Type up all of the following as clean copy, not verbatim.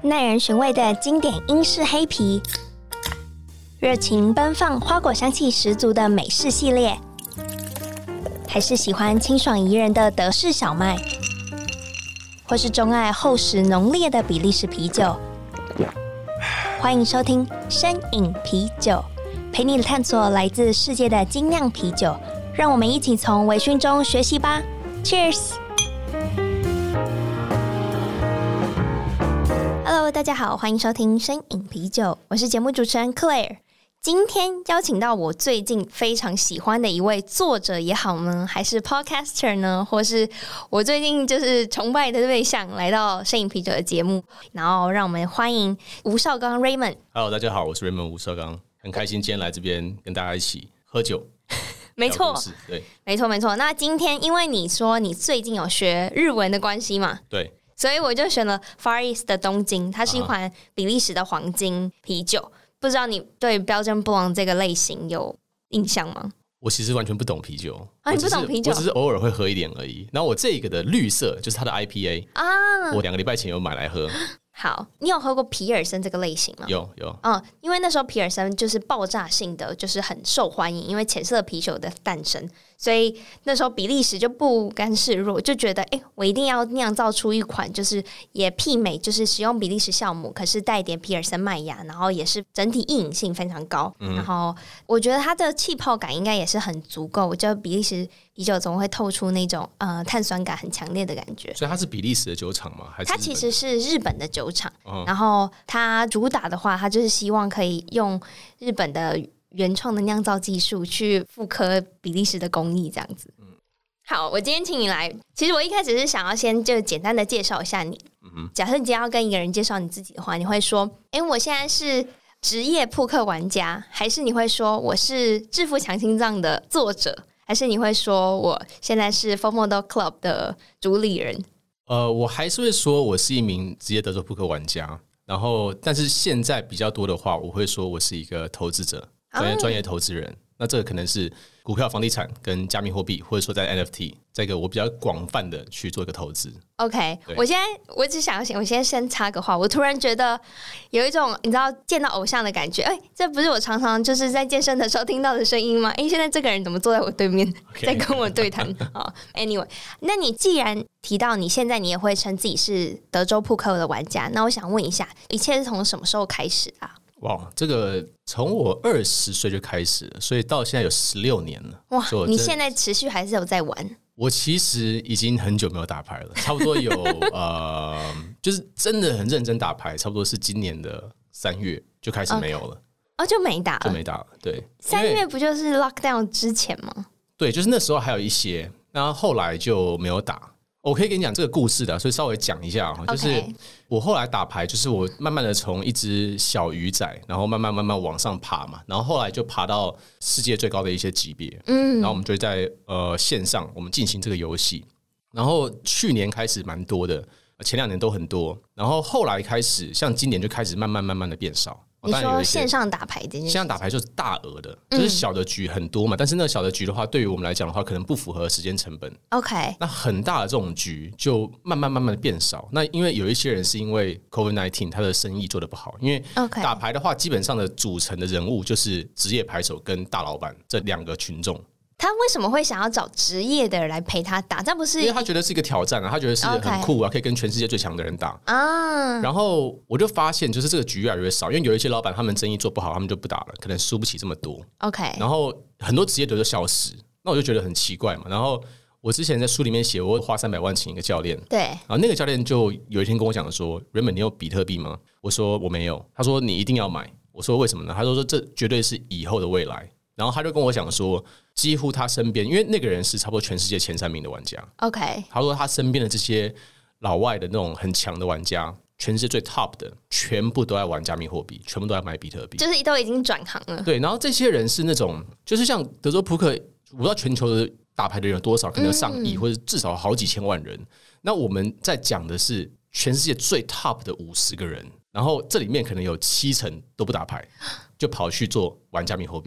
耐人寻味的经典英式黑啤，热情奔放、花果香气十足的美式系列，还是喜欢清爽宜人的德式小麦，或是钟爱厚实浓烈的比利时啤酒。欢迎收听深饮啤酒，陪你探索来自世界的精酿啤酒，让我们一起从微醺中学习吧。Cheers！Hello， 大家好，欢迎收听深饮啤酒，我是节目主持人 Claire。今天邀请到我最近非常喜欢的一位作者也好呢，还是 podcaster 呢，或是我最近就是崇拜的对象，来到深饮啤酒的节目，然后让我们欢迎吴绍刚 Raymond。Hello， 大家好，我是 Raymond 吴绍刚，很开心今天来这边跟大家一起喝酒。 没错， 对， 没错，没错。那今天因为你说你最近有学日文的关系嘛， 对， 所以我就选了 Far East 的东京，它是一款比利时的黄金啤酒。不知道你对 Belgian Blonde 这个类型有印象吗？ 我其实完全不懂啤酒啊，你不懂啤酒？ 我只是偶尔会喝一点而已。然后我这个的绿色就是它的 IPA 啊，我2个礼拜前有买来喝。 好，你有喝过皮尔森这个类型吗？ 有， 因为那时候皮尔森就是爆炸性的，就是很受欢迎，因为浅色啤酒的诞生，所以那时候比利时就不甘示弱，就觉得我一定要酿造出一款就是也媲美，就是使用比利时酵母，可是带一点皮尔森麦芽，然后也是整体易饮性非常高，然后我觉得它的气泡感应该也是很足够，就比利时啤酒总会透出那种碳酸感很强烈的感觉。 所以它是比利时的酒厂吗？还是它其实是日本的酒厂，然后它主打的话，它就是希望可以用日本的原创的酿造技术去复刻比利时的工艺，这样子。好，我今天请你来，其实我一开始是想要先就简单的介绍一下你。假设你今天要跟一个人介绍你自己的话，你会说，我现在是职业扑克玩家，还是你会说我是致富强心脏的作者，还是你会说我现在是 FOMO Club 的主理人？ 我还是会说我是一名职业德州扑克玩家，然后但是现在比较多的话，我会说我是一个投资者，专业投资人。那这个可能是股票、房地产跟加密货币，或者说在 NFT 这个我比较广泛的去做一个投资。 OK， 我只想要我先插个话，我突然觉得有一种你知道见到偶像的感觉。这不是我常常就是在健身的时候听到的声音吗？现在这个人怎么坐在我对面，在跟我对谈？Anyway， 那你既然提到你现在你也会称自己是德州扑克的玩家，那我想问一下，一切是从什么时候开始啊？ 哇，这个从我20岁就开始了，所以到现在有16年了。 哇，你现在持续还是有在玩？ 我其实已经很久没有打牌了，差不多有就是真的很认真打牌，差不多是今年的3月就开始没有了。 就没打了。对 ，3月不就是 lockdown 之前吗？ 对，就是那时候还有一些，然后后来就没有打。我可以跟你讲这个故事的，所以稍微讲一下就是我后来打牌，就是我慢慢的从一只小鱼仔，然后慢慢往上爬嘛，然后后来就爬到世界最高的一些级别，然后我们就在线上我们进行这个游戏，然后去年开始蛮多的，前2年都很多，然后后来开始像今年就开始慢慢的变少。 你说线上打牌这件事， 线上打牌就是大额的，就是小的局很多嘛，但是那小的局的话，对于我们来讲的话，可能不符合时间成本。 OK， 那很大的这种局就慢慢的变少。那因为有一些人是因为 COVID-19 他的生意做得不好，因为打牌的话，基本上的组成的人物就是职业牌手跟大老板这2个群众。 他为什么会想要找职业的人来陪他打？这不是因为他觉得是一个挑战啊，他觉得是很酷啊，可以跟全世界最强的人打啊。然后我就发现，就是这个局越来越少，因为有一些老板他们生意做不好，他们就不打了，可能输不起这么多。 OK， 然后很多职业队就消失，那我就觉得很奇怪嘛。然后我之前在书里面写，我花300万请一个教练， 对， 然后那个教练就有一天跟我讲说 ：“Raymond， 你有比特币吗？”我说我没有。他说你一定要买。我说为什么呢？他说这绝对是以后的未来。然后他就跟我讲说，几乎他身边，因为那个人是差不多全世界前3名的玩家。 OK， 他说他身边的这些老外的那种很强的玩家，全世界最 top 的，全部都在玩加密货币，全部都在买比特币， 就是都已经转行了。 对，然后这些人是那种，就是像德州扑克，我不知道全球的打牌的人有多少，可能有上亿，或者至少好几千万人。那我们在讲的是全世界最 top 的50个人，然后这里面可能有70%都不打牌，就跑去做玩加密货币。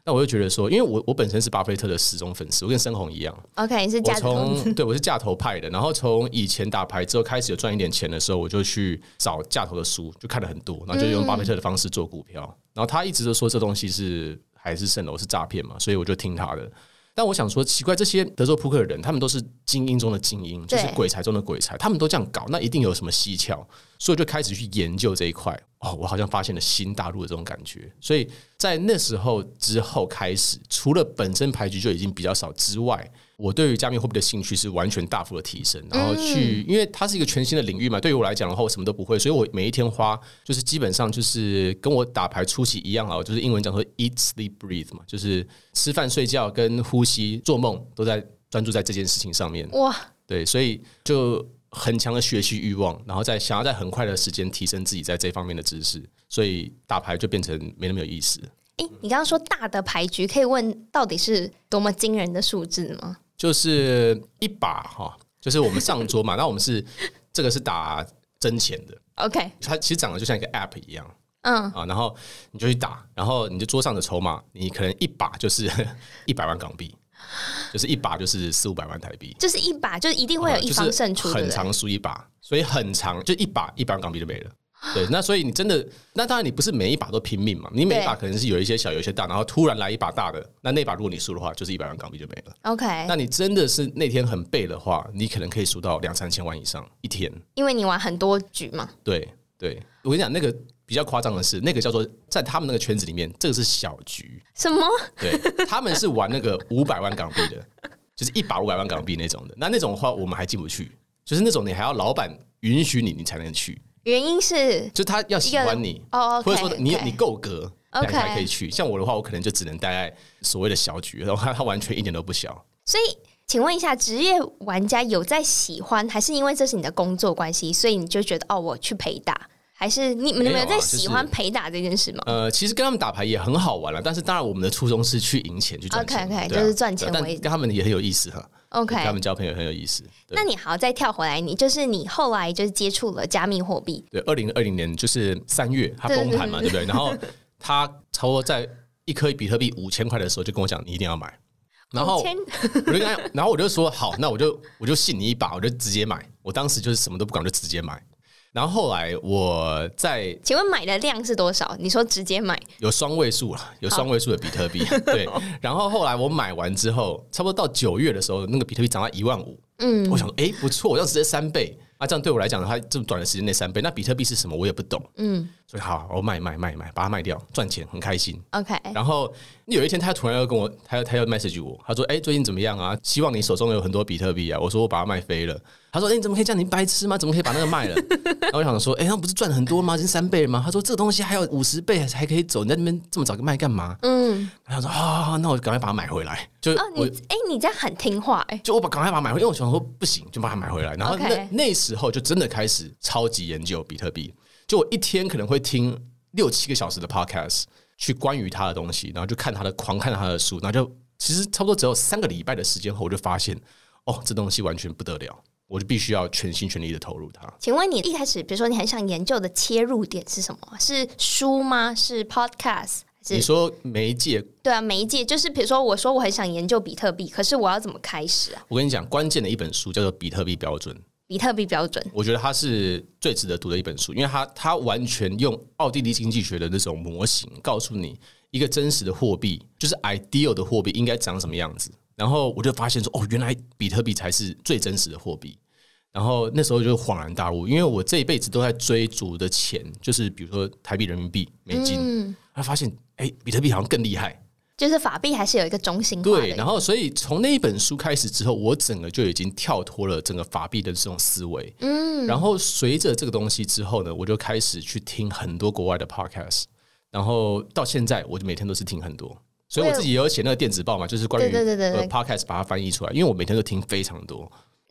那我就觉得说，因为我本身是巴菲特的死忠粉丝，我跟申红一样。 OK， 你是价值投资？ 对，我是价投派的。然后从以前打牌之后开始有赚一点钱的时候，我就去找价投的书，就看了很多，然后就用巴菲特的方式做股票。然后他一直都说这东西还是蜃楼，是诈骗嘛，所以我就听他的。但我想说，奇怪，这些德州扑克的人，他们都是精英中的精英，就是鬼才中的鬼才，他们都这样搞，那一定有什么蹊跷，所以我就开始去研究这一块。我好像发现了新大陆的这种感觉。所以在那时候之后开始，除了本身牌局就已经比较少之外，我对于加密货币的兴趣是完全大幅的提升。然后因为它是一个全新的领域嘛，对于我来讲的话，我什么都不会，所以我每一天花就是基本上就是跟我打牌初期一样啊，就是英文讲说 eat sleep breathe 嘛，就是吃饭睡觉跟呼吸做梦都在专注在这件事情上面。哇，对，所以就很强的学习欲望，然后想要在很快的时间提升自己在这方面的知识，所以打牌就变成没那么有意思。 你刚刚说大的牌局，可以问到底是多么惊人的数字吗？ 就是一把哈，就是我们上桌嘛，那我们这个是打真钱的 ，OK， 它其实长得就像一个 App 一样，然后你就去打，然后你就桌上的筹码，你可能一把就是100万港币。就是一把就是400-500万台币， 就是一把就是一定会有一方胜出， 就是很长输一把，所以很长就一把100万港币就没了。对，那所以你真的，那当然你不是每一把都拼命嘛，你每一把可能是有一些小有一些大，然后突然来一把大的，那把如果你输的话，就是100万港币就没了。 OK， 那你真的是那天很背的话，你可能可以输到2-3千万以上一天， 因为你玩很多局嘛。 对，我跟你讲那个。比较夸张的是，那个叫做在他们那个圈子里面，这个是小局。 什么？ 对，他们是玩那个500万港币的，就是一把500万港币那种的。那种的话，我们还进不去，就是那种你还要老板允许你才能去。 原因是， 就他要喜欢你，或者说你够格，你才可以去。像我的话，我可能就只能待在所谓的小局，然后他完全一点都不小。 所以，请问一下，职业玩家有在喜欢，还是因为这是你的工作关系，所以你就觉得我去陪打？还是你们有在喜欢陪打这件事吗？ 其实跟他们打牌也很好玩了，但是当然我们的初衷是去赢钱，去赚钱。 OK， 就是赚钱为主。 但跟他们也很有意思哈。 OK， 跟他们交朋友很有意思。 那你好，再跳回来，你后来就是接触了加密货币。 对，2020年就是3月，它崩盘嘛，对不对？然后他差不多在一颗比特币5000块的时候，就跟我讲你一定要买。然后我就说好，那我就信你一把，我就直接买。我当时就是什么都不管，就直接买。然后后来我请问买的量是多少？你说直接买有双位数了，有双位数的比特币。对，然后后来我买完之后，差不多到9月的时候，那个比特币涨到15000。我想说，不错，我要直接3倍啊！这样对我来讲，它这么短的时间内3倍，那比特币是什么我也不懂。所以好，我买，把它卖掉，赚钱，很开心。 OK。 然后有一天，他突然要跟我，他要 message 我，他说：“最近怎么样啊？希望你手中有很多比特币啊。”我说：“我把它卖飞了。”他说：“你怎么可以这样？你白痴吗？怎么可以把那个卖了？”然后我想说：“那不是赚很多吗？已经3倍了吗？”他说：“这个东西还有50倍还可以走，你在那边这么早卖干嘛？”他想说：“那我赶快把它买回来。” 你这样很听话就我赶快把它买回来，因为我想说不行，就把它买回来。然后那时候就真的开始超级研究比特币，就我一天可能会听6-7个小时的 podcast 去关于他的东西，然后就狂看他的书，然后就其实差不多只有3个礼拜的时间后，我就发现这东西完全不得了，我就必须要全心全力的投入它。 请问你一开始，比如说你很想研究的切入点是什么？是书吗？是 podcast？ 你说媒介？ 对啊，媒介就是比如说，我说我很想研究比特币，可是我要怎么开始啊？ 我跟你讲，关键的一本书叫做《比特币标准》。 比特币标准， 我觉得它是最值得读的一本书，因为它完全用奥地利经济学的那种模型，告诉你一个真实的货币，就是 ideal 的货币应该长什么样子。然后我就发现说，原来比特币才是最真实的货币。然后那时候就恍然大悟，因为我这一辈子都在追逐的钱，就是比如说台币、人民币、美金，他发现比特币好像更厉害。 就是法币还是有一个中心化的。 对，然后所以从那一本书开始之后，我整个就已经跳脱了整个法币的这种思维。然后随着这个东西之后呢，我就开始去听很多国外的 podcast， 然后到现在我就每天都是听很多。所以我自己也有写那个电子报嘛，就是关于podcast 把它翻译出来，因为我每天都听非常多。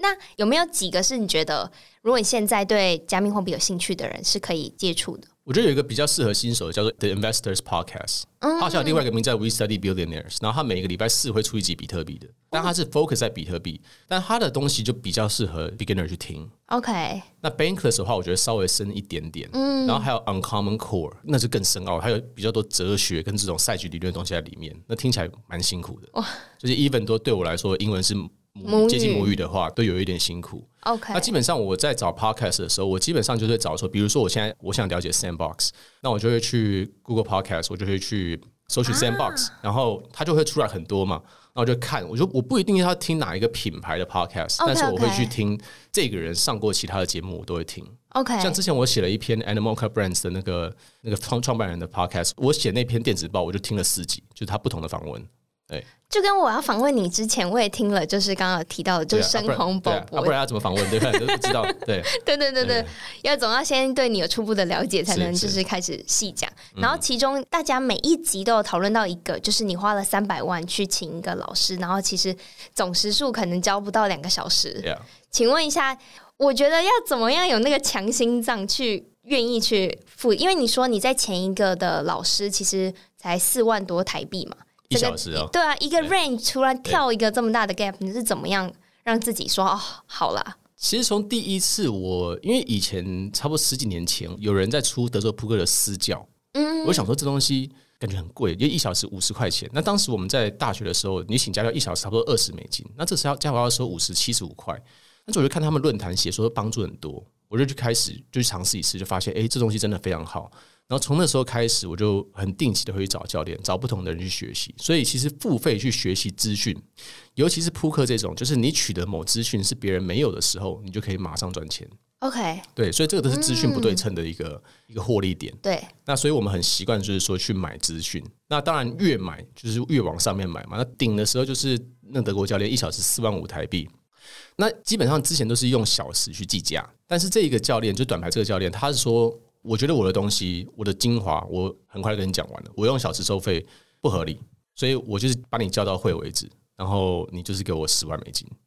那有没有几个是你觉得，如果你现在对加密货币有兴趣的人是可以接触的？ 我觉得有一个比较适合新手的，叫做 The Investors Podcast，它好像有另外一个名字叫 We Study Billionaires， 然后它每个礼拜4会出一集比特币的，但它是 focus 在比特币，但它的东西就比较适合 beginner 去听。 OK， 那 Bankless 的话，我觉得稍微深一点点，然后还有 Uncommon Core， 那是更深奥，还有比较多哲学跟这种赛局理论的东西在里面，那听起来蛮辛苦的。就是 even 都对我来说，英文是接近母语的话，都有一点辛苦。 OK， 那基本上我在找 podcast 的时候，我基本上就会找说，比如说我现在我想了解 Sandbox， 那我就会去 Google Podcast， 我就会去搜取 Sandbox，然后它就会出来很多嘛，然后我就看，我不一定要听哪一个品牌的 podcast， 但是我会去听这个人上过其他的节目，我都会听。 OK， 像之前我写了一篇 Animoca Brands 的那个创办人的 podcast， 我写那篇电子报，我就听了4集，就是他不同的访问。对， 就跟我要访问你之前，我也听了，就是刚刚有提到的，就是深红宝博， 不然要怎么访问？对吧？都不知道。对， 对，总要先对你有初步的了解，才能就是开始细讲。然后其中大家每一集都有讨论到一个，就是你花了300万去请一个老师，然后其实总时数可能教不到2个小时。请问一下，我觉得要怎么样有那个强心脏去愿意去付？因为你说你在前一个的老师其实才4万多台币嘛。 1小时哦， 对啊，一个 range 突然跳一个这么大的 gap， 你是怎么样让自己说好啦？ 其实从第一次因为以前差不多10几年前，有人在出德州扑克的私教，我想说这东西感觉很贵，因为1小时50块钱。那当时我们在大学的时候，你请家教1小时差不多$20，那这时候家教要收50、75块。但是我就看他们论坛写说帮助很多，我就开始去尝试一次，就发现这东西真的非常好。然后从那时候开始，我就很定期的会去找教练，找不同的人去学习。所以其实付费去学习资讯，尤其是扑克这种，就是你取得某资讯是别人没有的时候，你就可以马上赚钱。 OK， 对，所以这个都是资讯不对称的一个获利点。 对， 那所以我们很习惯就是说去买资讯。那当然越买就是越往上面买嘛。那顶的时候就是那德国教练1小时4万5台币。那基本上之前都是用小时去计价，但是这一个教练就短牌这个教练，他是说，我觉得我的东西，我的精华，我很快就跟你讲完了，我用小时收费不合理，所以我就是把你教到会为止，然后你就是给我$10万。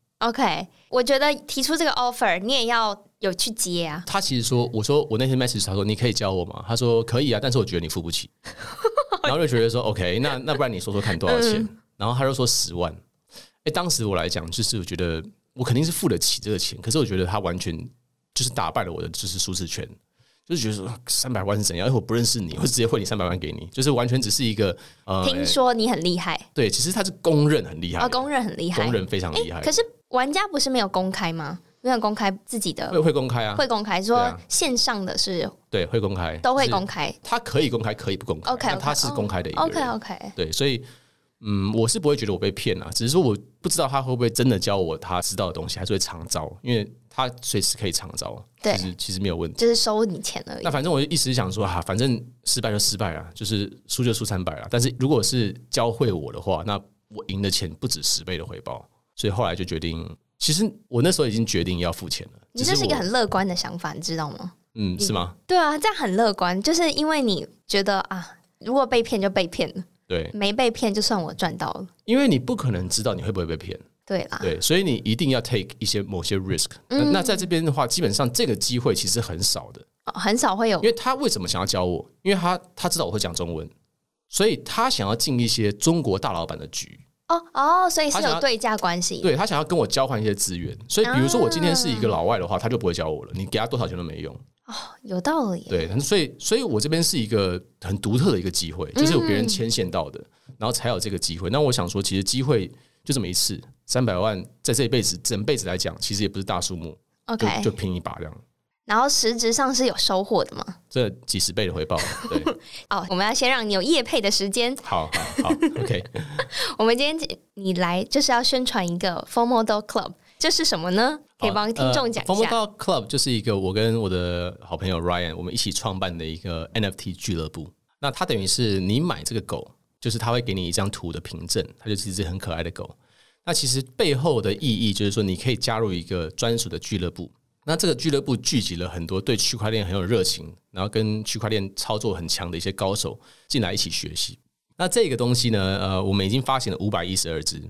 OK， 我觉得提出这个 offer， 你也要有去接啊。 他其实说，我说我那天 message 他说你可以教我吗？他说可以啊，但是我觉得你付不起。然后就觉得说 OK， 那不然你说说看多少钱？然后他就说$10万。当时我来讲，就是我觉得我肯定是付得起这个钱，可是我觉得他完全就是打败了我的就是舒适圈。就是觉得说300万是怎样？因为我不认识你，我直接汇你300万给你，就是完全只是一个听说你很厉害， 对，其实他是公认很厉害， 公认很厉害， 公认非常厉害。 可是玩家不是没有公开吗？没有公开自己的， 会公开啊， 会公开说线上的是， 对，会公开， 都会公开， 他可以公开，可以不公开，但他是公开的一个人。 OK， 对，所以我是不会觉得我被骗啊，只是说我不知道他会不会真的教我他知道的东西，还是会长招，因为他随时可以长招，其实没有问题， 就是收你钱而已。 那反正我就一直想说反正失败就失败了，就是输就输300了。但是如果是教会我的话，那我赢的钱不止10倍的回报，所以后来就决定，其实我那时候已经决定要付钱了。 你这是一个很乐观的想法，你知道吗？ 是吗？ 对啊，这样很乐观，就是因为你觉得如果被骗就被骗了。 对， 没被骗就算我赚到了， 因为你不可能知道你会不会被骗。 对啦， 对，所以你一定要 take 某些 risk。那在这边的话，基本上这个机会其实很少的， 很少会有。 因为他为什么想要教我？因为他知道我会讲中文，所以他想要进一些中国大老板的局。 所以是有对价关系。 对，他想要跟我交换一些资源。所以比如说我今天是一个老外的话，他就不会教我了，你给他多少钱都没用。 有道理。 对，所以我这边是一个很独特的一个机会，就是有别人牵线到的，然后才有这个机会。那我想说，其实机会就这么一次，300万在这一辈子整辈子来讲，其实也不是大数目。 OK， 就拼一把这样。 然后实质上是有收获的吗？ 这几10倍的回报。对。 我们要先让你有业配的时间。 好 ，OK。 我们今天你来就是要宣传一个 FOMO Club， 这是什么呢？可以帮听众讲一下。 FOMO Club 就是一个我跟我的好朋友 Ryan 我们一起创办的一个 NFT 俱乐部。那它等于是你买这个狗，就是他会给你一张图的凭证，它就是一只很可爱的狗。那其实背后的意义就是说，你可以加入一个专属的俱乐部。那这个俱乐部聚集了很多对区块链很有热情，然后跟区块链操作很强的一些高手进来一起学习。那这个东西呢，我们已经发行了512只。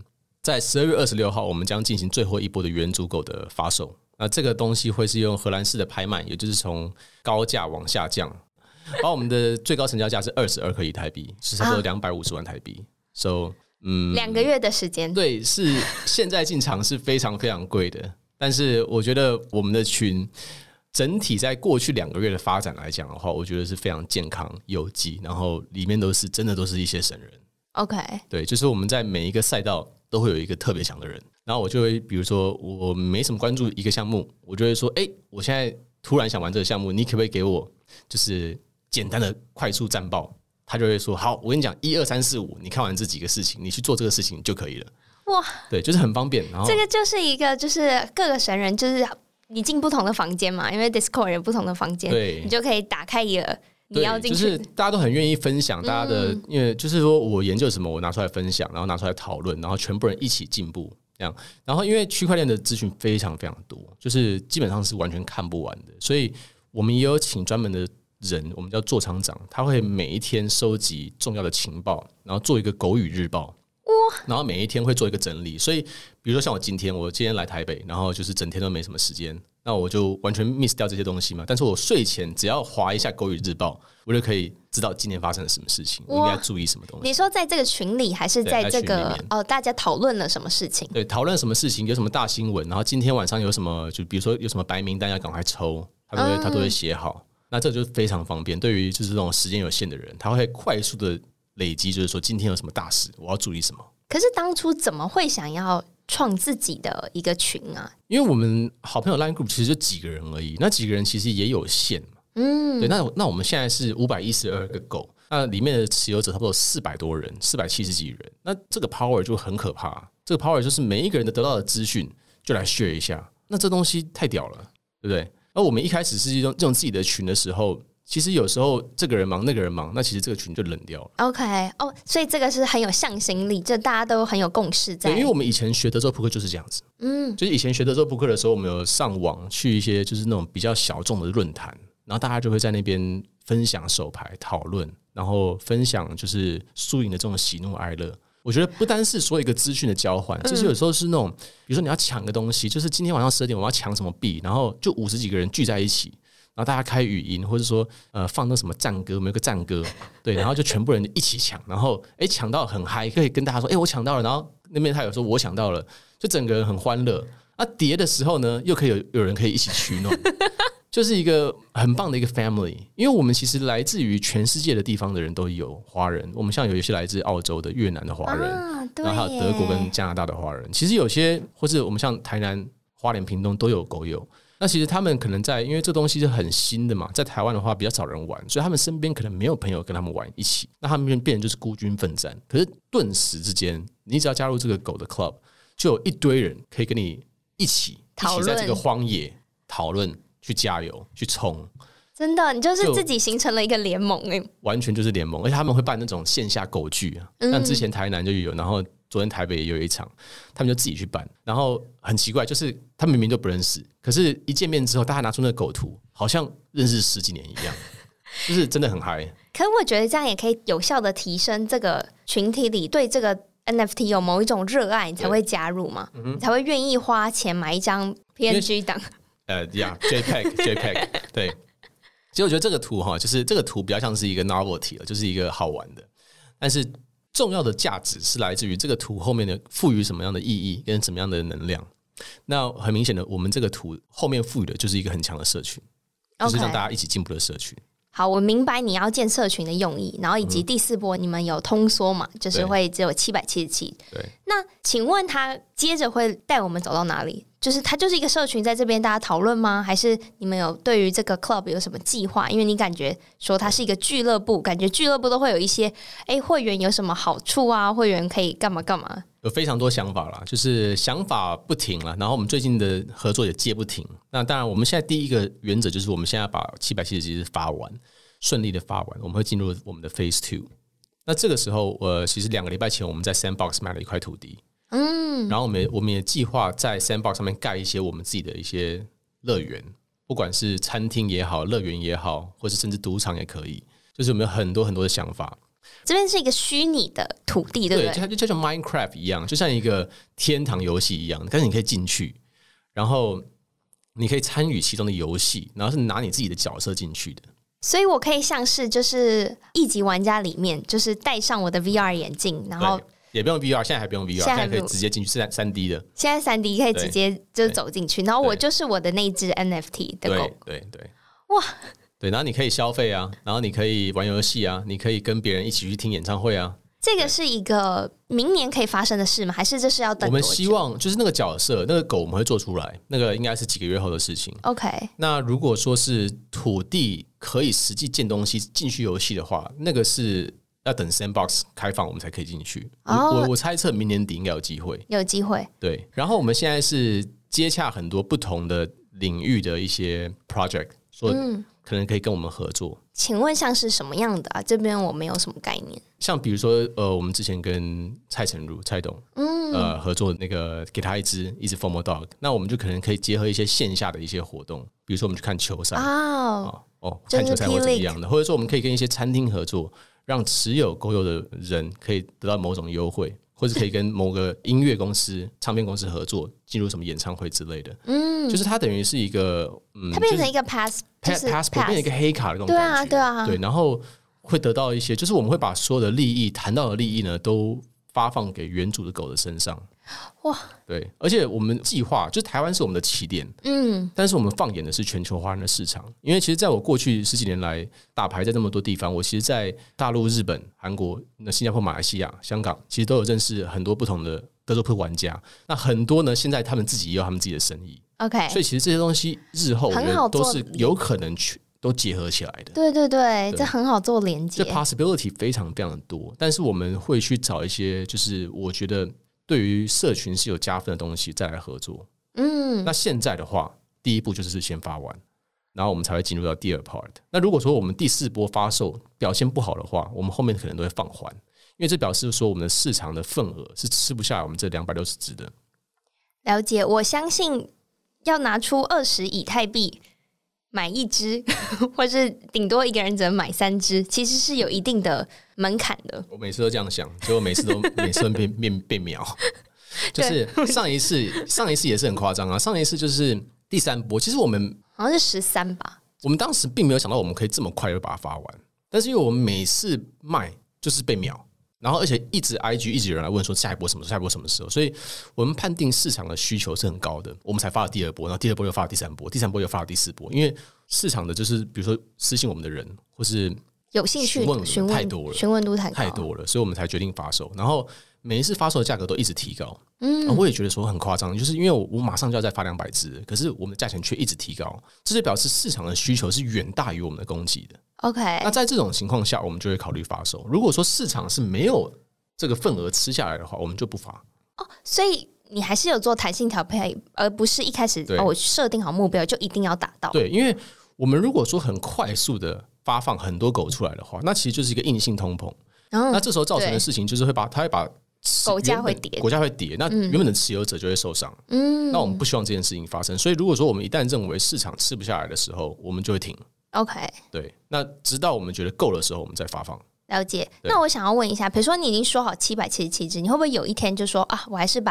在12月26号，我们将进行最后一波的原主狗的发售。那这个东西会是用荷兰式的拍卖，也就是从高价往下降。然后我们的最高成交价是22颗以太币，是差不多250万台币。So， 2个月的时间， 对，是现在进场是非常非常贵的。但是我觉得我们的群整体在过去2个月的发展来讲的话，我觉得是非常健康有机，然后里面真的都是一些神人。 OK， 对，就是我们在每一个赛道都会有一个特别强的人，然后我就会比如说我没什么关注一个项目，我就会说，我现在突然想玩这个项目，你可不可以给我就是简单的快速战报？他就会说好，我跟你讲1、2、3、4、5，你看完这几个事情，你去做这个事情就可以了。哇，对，就是很方便。然后这个就是一个就是各个神人，就是你进不同的房间嘛，因为 Discord 有不同的房间， 对， 你就可以打开一个。你要进去， 就是大家都很愿意分享大家的，因为就是说我研究什么，我拿出来分享，然后拿出来讨论，然后全部人一起进步这样。然后因为区块链的资讯非常非常多，就是基本上是完全看不完的，所以我们也有请专门的人，我们叫做厂长，他会每一天收集重要的情报，然后做一个狗语日报。然后每一天会做一个整理，所以比如说像我今天来台北，然后就是整天都没什么时间，那我就完全 miss 掉这些东西嘛。但是我睡前只要滑一下狗语日报，我就可以知道今天发生了什么事情，我应该注意什么东西。 你说在这个群里，还是在这个大家讨论了什么事情？ 对，讨论什么事情，有什么大新闻，然后今天晚上有什么，就比如说有什么白名单要赶快抽，他都会写好。那这就非常方便，对于就是这种时间有限的人，他会快速的累积，就是说今天有什么大事，我要注意什么。 可是当初怎么会想要创自己的一个群啊？ 因为我们好朋友 Line Group 其实就几个人而已，那几个人其实也有限嘛。对，那我们现在是512个狗，那里面的持有者差不多400多人，470几人。那这个 power 就很可怕，这个 power 就是每一个人得到的资讯就来 share 一下，那这东西太屌了，对不对？而我们一开始是用自己的群的时候，其实有时候这个人忙那个人忙，那其实这个群就冷掉了。 OK， 所以这个是很有向心力，这大家都很有共识在。 对，因为我们以前学德州扑克就是这样子，就是以前学德州扑克的时候，我们有上网去一些就是那种比较小众的论坛，然后大家就会在那边分享手牌讨论，然后分享就是输赢的这种喜怒哀乐。我觉得不单是说一个资讯的交换，就是有时候是那种，比如说你要抢个东西，就是今天晚上12点我要抢什么币，然后就50几个人聚在一起。然后大家开语音，或者说放那什么战歌，我们有个战歌，对，然后就全部人一起抢，然后抢到很嗨，可以跟大家说，我抢到了，然后那边他有说我抢到了，就整个人很欢乐。跌的时候呢，又可以有人可以一起取暖，就是一个很棒的一个 family。因为我们其实来自于全世界的地方的人都有华人，我们像有一些来自澳洲的、越南的华人，然后还有德国跟加拿大的华人。其实有些或是我们像台南、花莲、屏东都有狗友。那其实他们可能因为这东西是很新的嘛，在台湾的话比较少人玩，所以他们身边可能没有朋友跟他们玩一起，那他们变成就是孤军奋战。可是顿时之间，你只要加入这个狗的 club， 就有一堆人可以跟你一起在这个荒野讨论、去加油、去冲。 真的，你就是自己形成了一个联盟完全就是联盟，而且他们会办那种线下狗聚啊，像之前台南就有，然后昨天台北也有一场，他们就自己去办，然后很奇怪，就是他们明明就不认识，可是一见面之后，大家拿出那个狗图，好像认识10几年一样，就是真的很嗨。 可是我觉得这样也可以有效的提升这个群体里对这个 NFT 有某一种热爱，你才会加入嘛，你才会愿意花钱买一张 PNG 档。JPEG 对。其实我觉得这个图就是这个图比较像是一个 novelty 了，就是一个好玩的，但是重要的价值是来自于这个图后面的赋予什么样的意义跟什么样的能量。那很明显的，我们这个图后面赋予的就是一个很强的社群，就是让大家一起进步的社群。好，我明白你要建社群的用意，然后以及第4波你们有通缩嘛，就是会只有777。 对， 那请问他接着会带我们走到哪里？就是它就是一个社群在这边大家讨论吗？还是你们有对于这个 club 有什么计划？因为你感觉说它是一个俱乐部，感觉俱乐部都会有一些会员有什么好处啊？会员可以干嘛干嘛？ 有非常多想法啦，就是想法不停了。然后我们最近的合作也接不停。那当然，我们现在第一个原则就是我们现在把770集发完，顺利的发完，我们会进入我们的 Phase 2。那这个时候，其实2个礼拜前我们在 Sandbox 买了一块土地。然后我们也计划在 Sandbox 上面盖一些我们自己的一些乐园，不管是餐厅也好，乐园也好，或是甚至赌场也可以，就是我们有很多很多的想法。 这边是一个虚拟的土地，对不对？ 对，它就像 Minecraft 一样，就像一个天堂游戏一样，但是你可以进去，然后你可以参与其中的游戏，然后是拿你自己的角色进去的。 所以我可以像是就是一级玩家里面，就是戴上我的 VR 眼镜，然后也不用 VR， 现在还不用 VR， 现在可以直接进去3D 的。 现在3D 可以直接就走进去，然后我就是我的那只 NFT 的狗。 对， 哇！ 对，然后你可以消费啊，然后你可以玩游戏啊，你可以跟别人一起去听演唱会啊。 这个是一个明年可以发生的事吗？还是这是要等多久？ 我们希望就是那个角色，那个狗我们会做出来，那个应该是几个月后的事情。 OK。 那如果说是土地可以实际建东西进去游戏的话，那个是要等 Sandbox 开放我们才可以进去。我猜测明年底应该有机会。 有机会。 对，然后我们现在是接洽很多不同的领域的一些 project， 说可能可以跟我们合作。 请问像是什么样的啊？这边我没有什么概念。 像比如说我们之前跟蔡成儒蔡董合作那个给他一只 Formal Dog， 那我们就可能可以结合一些线下的一些活动，比如说我们去看球赛看球赛或怎么样的，或者说我们可以跟一些餐厅合作，让持有狗友的人可以得到某种优惠，或者可以跟某个音乐公司、唱片公司合作，进入什么演唱会之类的。就是它等于是一个它变成一个 passport， 变成一个黑卡的那种感觉。 对啊， 对，然后会得到一些，就是我们会把所有的利益谈到的利益呢，都发放给原主的狗的身上。哇，对，而且我们计划就是台湾是我们的起点，但是我们放眼的是全球华人的市场。因为其实在我过去10几年来打牌在这么多地方，我其实在大陆、日本、韩国、新加坡、马来西亚、香港，其实都有认识很多不同的德州扑玩家。那很多呢，现在他们自己也有他们自己的生意。 OK， 所以其实这些东西日后我觉得都是有可能都结合起来的。 对，这很好做连接。 这 possibility 非常非常的多，但是我们会去找一些，就是我觉得对于社群是有加分的东西再来合作。那现在的话，第一步就是先发完，然后我们才会进入到第二 part。那如果说我们第4波发售表现不好的话，我们后面可能都会放缓，因为这表示说我们的市场的份额是吃不下我们这260只的。 了解，我相信要拿出20以太币买1只，或是顶多一个人只能买3只，其实是有一定的门槛的。 我每次都这样想，结果每次都变秒。就是上一次也是很夸张啊，上一次就是第3波，其实我们好像是13吧。我们当时并没有想到我们可以这么快就把它发完，但是因为我们每次卖就是被秒，然后而且一直 IG 一直有人来问说下一波什么时候，下一波什么时候，所以我们判定市场的需求是很高的，我们才发了第2波，然后第2波又发了第3波，第3波又发了第4波，因为市场的就是比如说私信我们的人或是有兴趣询问太多了， 询问度太多了，所以我们才决定发售，然后每一次发售的价格都一直提高。我也觉得说很夸张，就是因为我马上就要再发200只，可是我们的价钱却一直提高，这就表示市场的需求是远大于我们的供给的。 OK， 那在这种情况下，我们就会考虑发售。如果说市场是没有这个份额吃下来的话，我们就不发。 所以你还是有做弹性调配，而不是一开始我设定好目标就一定要达到。 对，因为我们如果说很快速的发放很多狗出来的话，那其实就是一个硬性通膨。那这时候造成的事情就是它会把狗价会跌， 那原本的持有者就会受伤。那我们不希望这件事情发生，所以如果说我们一旦认为市场吃不下来的时候，我们就会停。 OK， 对，那直到我们觉得够的时候，我们再发放。 了解。那我想要问一下，比如说你已经说好777只，你会不会有一天就说啊，我还是把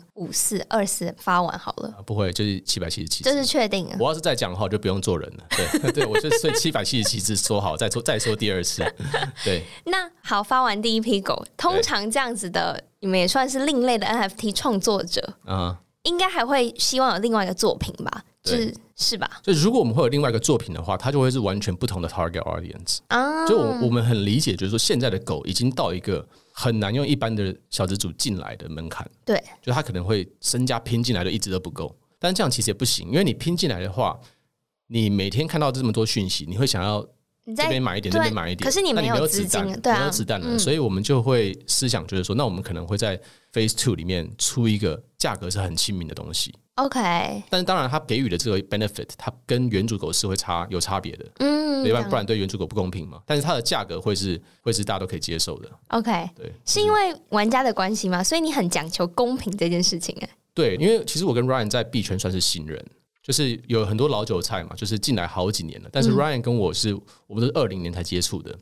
105424发完好了？ 不会，就是777只， 这是确定的。 我要是再讲的话，就不用做人了。对，我就所以777只说好，再说第2次。对。 那好，发完第一批狗，通常这样子的，你们也算是另类的 NFT 创作者，应该还会希望有另外一个作品吧？是吧？ 就如果我们会有另外一个作品的话，它就会是完全不同的 target audience。就我们很理解，就是说现在的狗已经到一个很难用一般的小资主进来的门槛。 对， 就他可能会身家拼进来的一直都不够，但这样其实也不行，因为你拼进来的话，你每天看到这么多讯息，你会想要这边买一点，那边买一点， 可是你没有资金， 没有子弹了，所以我们就会思想就是说，那我们可能会在 Phase 2里面出一个价格是很亲民的东西。 OK， 但是当然，它给予的这个 benefit， 它跟原主狗是会有差别的，不然对原主狗不公平嘛。但是它的价格会是大家都可以接受的。 OK， 对， 是因为玩家的关系吗？所以你很讲求公平这件事情对，因为其实我跟 Ryan 在币圈算是新人，就是有很多老韭菜嘛，就是进来好几年了。但是 Ryan 跟我们都是20年才接触的。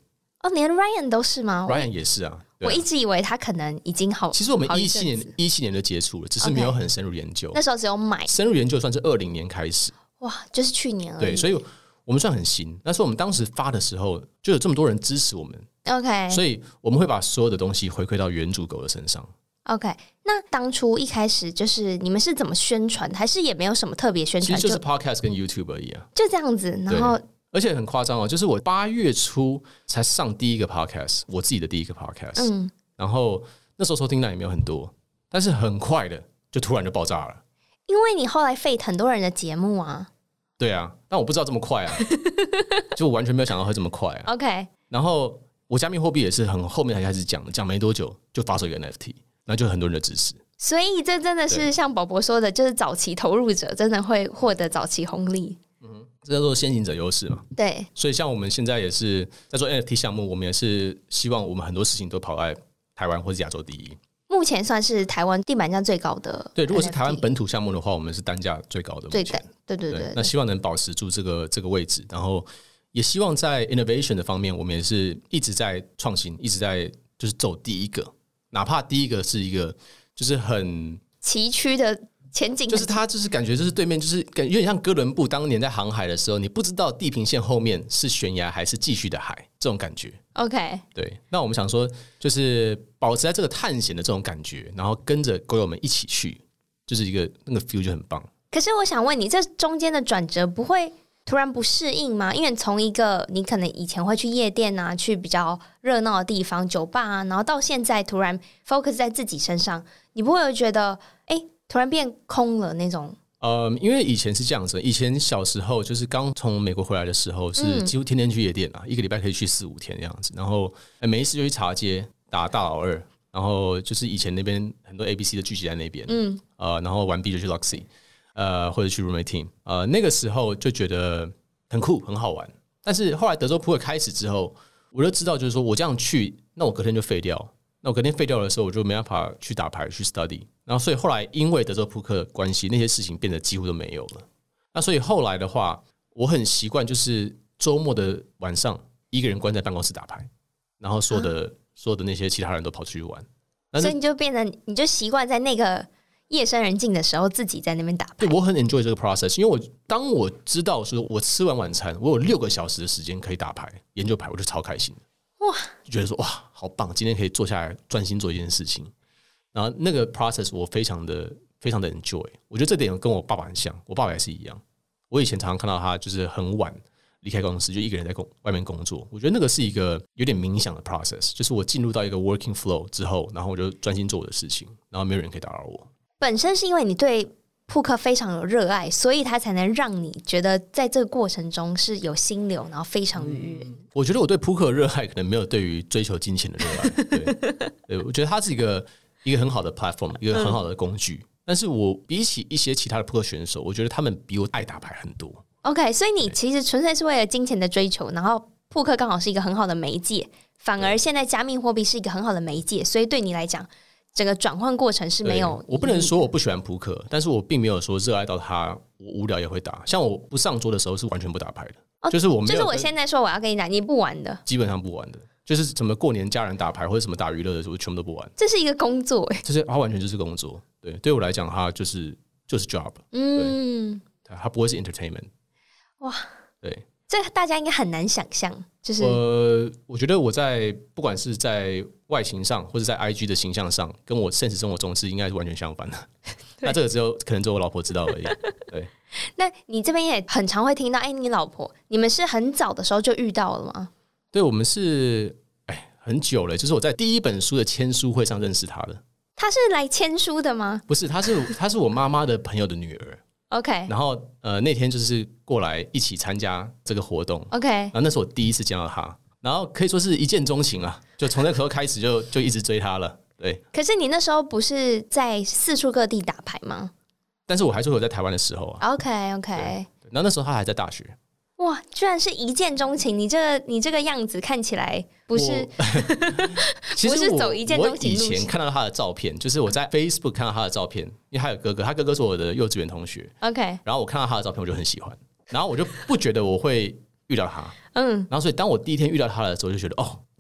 哦，连 Ryan 都是吗 ？Ryan 也是啊。 我一直以为他可能已经好。 其实我们17年就接触了，只是没有很深入研究。 那时候只有买。 深入研究算是20年开始。 哇，就是去年而已。 对，所以我们算很新。但是我们当时发的时候，就有这么多人支持我们。 OK， 所以我们会把所有的东西回馈到原主狗的身上。 OK， 那当初一开始就是你们是怎么宣传，还是也没有什么特别宣传？ 其实就是 Podcast 跟 YouTube 而已啊， 就这样子。然后， 而且很夸张哦，就是我8月初才上第一个 Podcast， 我自己的第一个 Podcast。然后那时候收听量也没有很多，但是很快的就突然就爆炸了。 因为你后来 feat 很多人的节目啊。 对啊，但我不知道这么快啊，就我完全没有想到会这么快啊。 OK， 然后我加密货币也是很后面才开始讲的，讲没多久就发售一个 NFT， 然后就很多人的支持。 所以这真的是像宝博说的，就是早期投入者真的会获得早期红利。 这叫做先行者优势嘛。 对， 所以像我们现在也是在做 NFT 项目，我们也是希望我们很多事情都跑在台湾或是亚洲第一。 目前算是台湾地板价最高的 NFT。 对，如果是台湾本土项目的话，我们是单价最高的。 对。那希望能保持住这个位置，然后也希望在 innovation 的方面，我们也是一直在创新，一直在就是走第一个，哪怕第一个是一个就是很崎岖的前景， 就是它就是感觉就是对面就是有点像哥伦布当年在航海的时候，你不知道地平线后面是悬崖还是继续的海，这种感觉。 OK， 对。那我们想说，就是保持在这个探险的这种感觉，然后跟着狗友们一起去，就是一个那个 feel 就很棒。 可是我想问你，这中间的转折不会突然不适应吗？因为从一个你可能以前会去夜店啊，去比较热闹的地方、酒吧啊，然后到现在突然 focus 在自己身上，你不会有觉得突然变空了那种？ 因为以前是这样子，以前小时候就是刚从美国回来的时候，是几乎天天去夜店啊，一个礼拜可以去4-5天这样子，然后没事就去茶街打大老二，然后就是以前那边很多 ABC 的聚集在那边，然后完毕就去 Luxy， 或者去 Roommate Team， 那个时候就觉得很酷很好玩。但是后来德州扑克开始之后，我就知道就是说我这样去，那我隔天就废掉。那我隔天废掉的时候，我就没办法去打牌去 study， 然后所以后来因为德州扑克的关系，那些事情变得几乎都没有了。那所以后来的话，我很习惯就是周末的晚上一个人关在办公室打牌，然后所有的那些其他人都跑出去玩， 所以你就变成你就习惯在那个夜深人静的时候自己在那边打牌。 对，我很 enjoy 这个 process， 因为当我知道说我吃完晚餐，我有6个小时的时间可以打牌研究牌，我就超开心的。哇，就觉得说哇好棒，今天可以坐下来专心做一件事情。然后那个 process 我非常的 enjoy， 我觉得这点跟我爸爸很像，我爸爸也是一样。我以前常常看到他就是很晚离开公司，就一个人在外面工作。我觉得那个是一个有点冥想的 process， 就是我进入到一个 working flow 之后，然后我就专心做我的事情，然后没有人可以打扰我。 本身是因为你对扑克非常有热爱，所以他才能让你觉得在这个过程中是有心流，然后非常愉悦。 我觉得我对扑克的热爱可能没有对于追求金钱的热爱。对，我觉得它是一个很好的 platform， 一个很好的工具。但是我比起一些其他的扑克选手，我觉得他们比我爱打牌很多。 OK， 所以你其实纯粹是为了金钱的追求，然后扑克刚好是一个很好的媒介，反而现在加密货币是一个很好的媒介，所以对你来讲，整个转换过程是没有。 我不能说我不喜欢扑克，但是我并没有说热爱到它，我无聊也会打。像我不上桌的时候是完全不打牌的，就是我没有。 就是我现在说我要跟你讲，你不玩的， 基本上不玩的。就是什么过年家人打牌或者什么打娱乐的时候，全部都不玩。 这是一个工作就是它完全就是工作。对我来讲，它就是 job。它不会是 entertainment。哇，对， 这大家应该很难想象。就是我觉得我在不管是在外形上或者在 IG 的形象上，跟我现实生活中是应该是完全相反的。那这个可能只有我老婆知道而已。对。 那你这边也很常会听到，你老婆，你们是很早的时候就遇到了吗？ 对，我们是很久了，就是我在第一本书的签书会上认识她的。 她是来签书的吗？ 不是，她是我妈妈的朋友的女儿。 OK， 然后那天就是过来一起参加这个活动。 OK， 然后那是我第一次见到她，然后可以说是一见钟情啊，就从那时候开始就一直追她了。对。 可是你那时候不是在四处各地打牌吗？ 但是我还是会有在台湾的时候啊。 OK， 然后那时候她还在大学。 哇，居然是一见钟情！你这个样子看起来不是其实不是走一见钟情路线。 我以前看到他的照片，就是我在 Facebook 看到他的照片，因为他有哥哥，他哥哥是我的幼稚园同学。 OK， 然后我看到他的照片，我就很喜欢，然后我就不觉得我会遇到他。然后所以当我第一天遇到他的时候，就觉得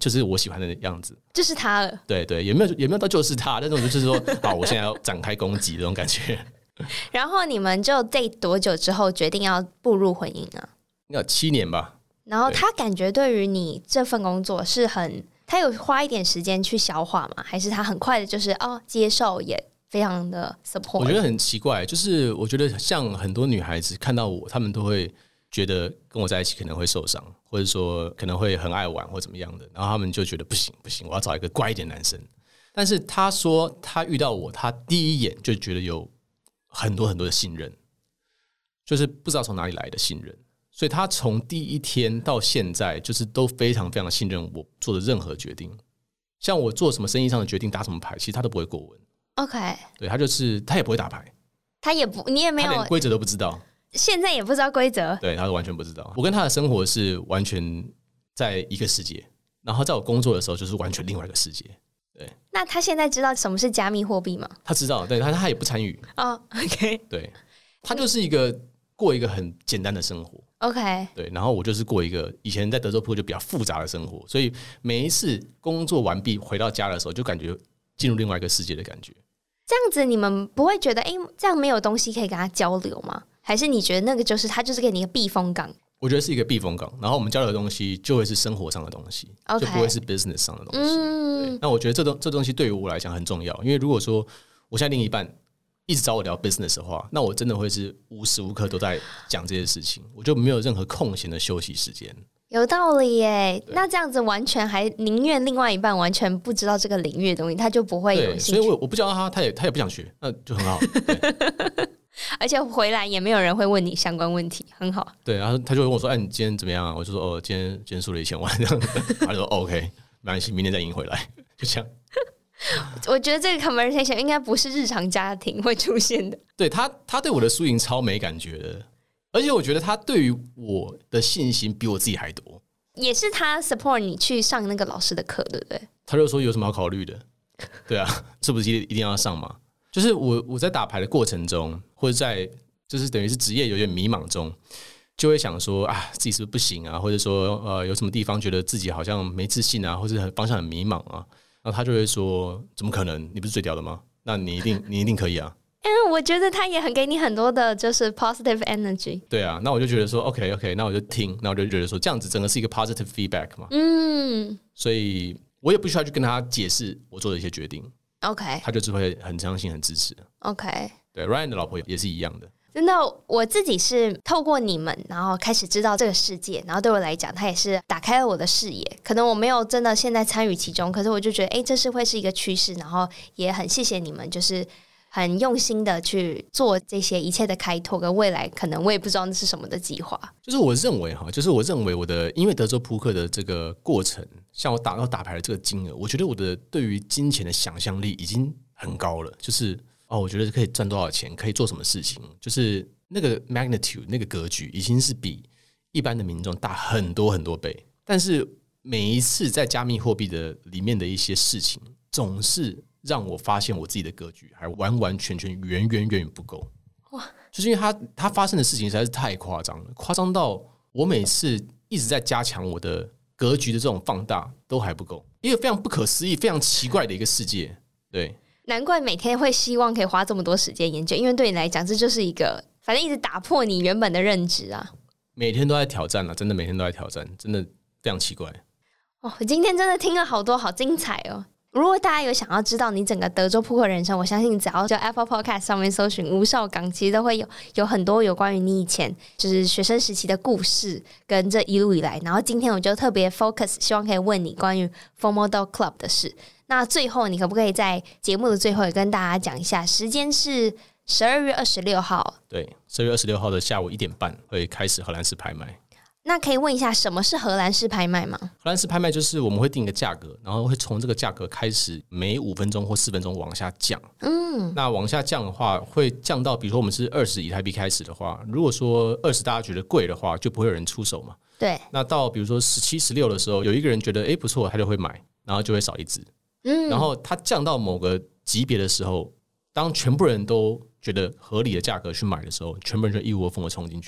就是我喜欢的样子， 就是他了。 对对，也没有到就是他，但是我就是说，好，我现在要展开攻击这种感觉。 然后你们就 date 多久之后决定要步入婚姻啊？ 要7年吧。 然后他感觉对于你这份工作是他有花一点时间去消化吗？还是他很快的就是接受，也非常的 support？ 我觉得很奇怪，就是我觉得像很多女孩子看到我，她们都会觉得跟我在一起可能会受伤，或者说可能会很爱玩或怎么样的，然后他们就觉得不行，我要找一个乖一点男生。但是他说他遇到我，他第一眼就觉得有很多很多的信任，就是不知道从哪里来的信任。所以他从第一天到现在，就是都非常非常信任我做的任何决定。像我做什么生意上的决定，打什么牌，其实他都不会过问。 OK， 对，他也不会打牌， 你也没有， 他连规则都不知道， 现在也不知道规则。 对，他都完全不知道。我跟他的生活是完全在一个世界，然后在我工作的时候就是完全另外一个世界。对， 那他现在知道什么是加密货币吗？ 他知道，对，他也不参与。 OK， 对，他就是过一个很简单的生活。 OK， 对，然后我就是过一个以前在德州扑克就比较复杂的生活，所以每一次工作完毕回到家的时候，就感觉进入另外一个世界的感觉。 这样子你们不会觉得这样没有东西可以跟他交流吗？还是你觉得那个就是他就是给你一个避风港？我觉得是一个避风港，然后我们交流的东西就会是生活上的东西， okay， 就不会是 business 上的东西。对，那我觉得这东西对于我来讲很重要，因为如果说我现在另一半一直找我聊 business 的话，那我真的会是无时无刻都在讲这些事情，我就没有任何空闲的休息时间。 有道理耶，那这样子完全还宁愿另外一半完全不知道这个领域的东西，他就不会有兴趣。 所以我不教他也不想学，那就很好。 而且回来也没有人会问你相关问题，很好。 对，然后他就问我说：“你今天怎么样啊？”我就说：“今天输了1000万。”这样，他就说：“OK， 没关系，明天再赢回来。”就这样。 我觉得这个 conversation 应该不是日常家庭会出现的。 对他对我的输赢超没感觉的，而且我觉得他对于我的信心比我自己还多。 也是他 support 你去上那个老师的课，对不对？ 他就说有什么好考虑的？对啊，是不是一定要上嘛？就是我在打牌的过程中，或者在就是等于是职业有点迷茫中，就会想说自己是不是不行啊，或者说有什么地方觉得自己好像没自信啊，或者方向很迷茫啊，然后他就会说：“怎么可能？你不是最屌的吗？那你一定可以啊！” 因为我觉得他也很给你很多的就是 positive energy。 对啊，那我就觉得说 OK， 那我就听，那我就觉得说这样子整个是一个 positive feedback 嘛。所以我也不需要去跟他解释我做的一些决定。 OK， 他就是会很相信、很支持。 OK， 对 ，Ryan 的老婆也是一样的。 真的，我自己是透过你们，然后开始知道这个世界，然后对我来讲，它也是打开了我的视野。可能我没有真的现在参与其中，可是我就觉得，这是会是一个趋势。然后也很谢谢你们，就是很用心的去做这些一切的开拓，跟未来可能我也不知道那是什么的计划。 就是我认为我的，因为德州扑克的这个过程，像我打牌的这个金额，我觉得我的对于金钱的想象力已经很高了。就是我觉得可以赚多少钱，可以做什么事情，就是那个 magnitude 那个格局已经是比一般的民众大很多很多倍。但是每一次在加密货币的里面的一些事情，总是让我发现我自己的格局还完完全全远远不够。哇！就是因为它发生的事情实在是太夸张了，夸张到我每次一直在加强我的格局的这种放大都还不够，一个非常不可思议、非常奇怪的一个世界。对， 难怪每天会希望可以花这么多时间研究，因为对你来讲，这就是一个反正一直打破你原本的认知啊。 每天都在挑战啊，真的每天都在挑战，真的非常奇怪。 我今天真的听了好多，好精彩哦！如果大家有想要知道你整个德州扑克人生，我相信只要在 Apple Podcast 上面搜寻吴少刚，其实都会有很多有关于你以前就是学生时期的故事，跟这一路以来。然后今天我就特别 focus， 希望可以问你关于 FOMO Dog Club 的事。那最后你可不可以在节目的最后也跟大家讲一下，时间是12月26号。 对，12月26号的下午1点半会开始荷兰式拍卖。 那可以问一下，什么是荷兰式拍卖吗？ 荷兰式拍卖就是我们会定一个价格，然后会从这个价格开始，每5分钟或4分钟往下降。那往下降的话，会降到，比如说我们是20以台币开始的话，如果说20大家觉得贵的话，就不会有人出手嘛。 对。 那到比如说17、16的时候，有一个人觉得不错，他就会买，然后就会少一只。然后它降到某个级别的时候，当全部人都觉得合理的价格去买的时候，全部人就义无反顾的冲进去买。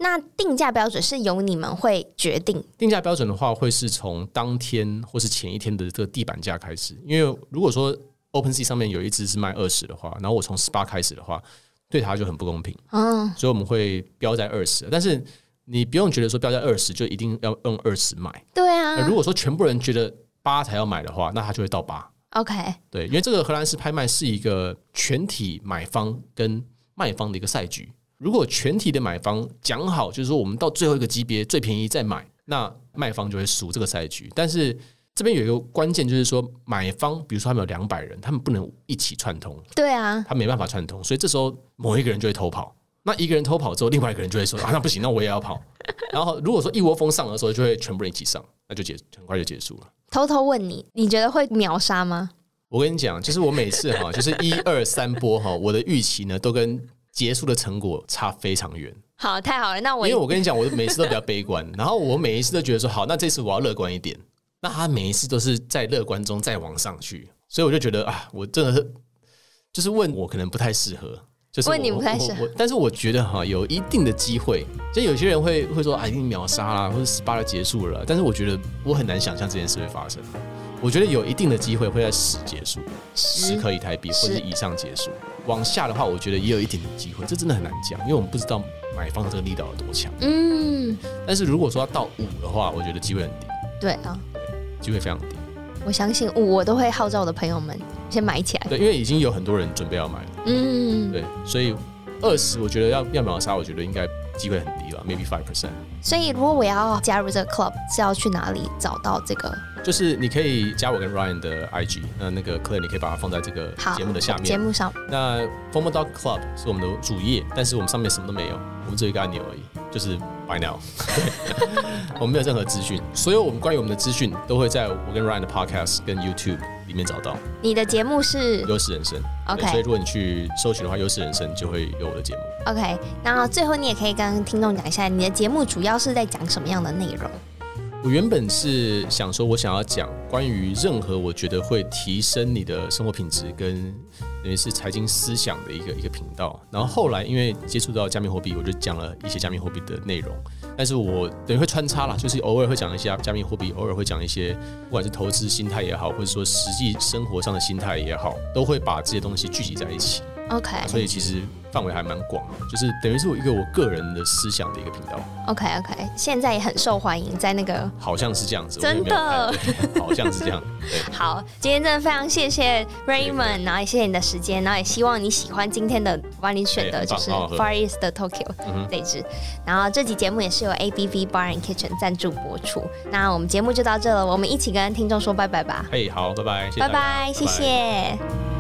那定价标准是由你们会决定？ 定价标准的话，会是从当天或是前一天的这个地板价开始。因为如果说 OpenSea 上面有一只是卖20的话，然后我从18开始的话，对它就很不公平。所以我们会标在20，但是你不用觉得说标在20就一定要用20买。 对啊， 如果说全部人觉得8才要买的话，那它就会到8。 OK， 对，因为这个荷兰式拍卖是一个全体买方跟卖方的一个赛局。如果全体的买方讲好，就是说我们到最后一个级别最便宜再买，那卖方就会输这个赛局。但是这边有一个关键，就是说买方，比如说他们有200人，他们不能一起串通。 对啊， 他没办法串通，所以这时候某一个人就会偷跑。那一个人偷跑之后，另外一个人就会说啊，那不行，那我也要跑。然后如果说一窝蜂上的时候，就会全部人一起上，那就很快就结束了。 偷偷问你，你觉得会秒杀吗？ 我跟你讲，就是我每次就是1、2、3波我的预期呢都跟结束的成果差非常远。 好，太好了，那因为我跟你讲，我每次都比较悲观，然后我每一次都觉得说好，那这次我要乐观一点。那他每一次都是在乐观中再往上去，所以我就觉得啊，我真的是就是问我可能不太适合。就是问你不太适合， 但是我觉得有一定的机会。就有些人会说啊，一定秒杀啦，或者18就结束了啦，但是我觉得我很难想象这件事会发生。我觉得有一定的机会会在10结束，10颗以太币或者以上结束。往下的话，我觉得也有一点的机会，这真的很难讲，因为我们不知道买方的这个力道有多强。但是如果说要到5的话，我觉得机会很低。 对啊， 机会非常低。 我相信5我都会号召我的朋友们先买起来。 对，因为已经有很多人准备要买了。对，所以20我觉得要秒杀，我觉得应该机会很低了 ，maybe 5%。 所以如果我要加入这个 club， 是要去哪里找到这个？ 就是你可以加我跟 Ryan 的 IG， 那个 Claire 你可以把它放在这个节目的下面。 节目上。 那 FOMO Dog Club 是我们的主页，但是我们上面什么都没有，我们只有一个按钮而已，就是 Buy Now 。我们没有任何资讯，所有我们关于我们的资讯都会在我跟 Ryan 的 Podcast 跟 YouTube 里面找到。 你的节目是优势人生 ，OK， 所以如果你去搜寻的话，优势人生就会有我的节目。 OK， 那最后你也可以跟听众讲一下，你的节目主要是在讲什么样的内容？ 我原本是想说，我想要讲关于任何我觉得会提升你的生活品质跟等于是财经思想的一个频道。然后后来因为接触到加密货币，我就讲了一些加密货币的内容。但是我等于会穿插啦，就是偶尔会讲一些加密货币，偶尔会讲一些不管是投资心态也好，或者说实际生活上的心态也好，都会把这些东西聚集在一起。 OK， 所以其实范围还蛮广的，就是等于是一个我个人的思想的一个频道。 OK， 现在也很受欢迎，在那个好像是这样子， 真的好像是这样。 好，今天真的非常谢谢 Raymond， 然后也谢谢你的时间，然后也希望你喜欢今天的帮你选的就是 Far East 的 Tokyo 这一支。然后这集节目也是由 ABV Bar and Kitchen 赞助播出。那我们节目就到这了，我们一起跟听众说拜拜吧。 好，拜拜， 拜拜，谢谢。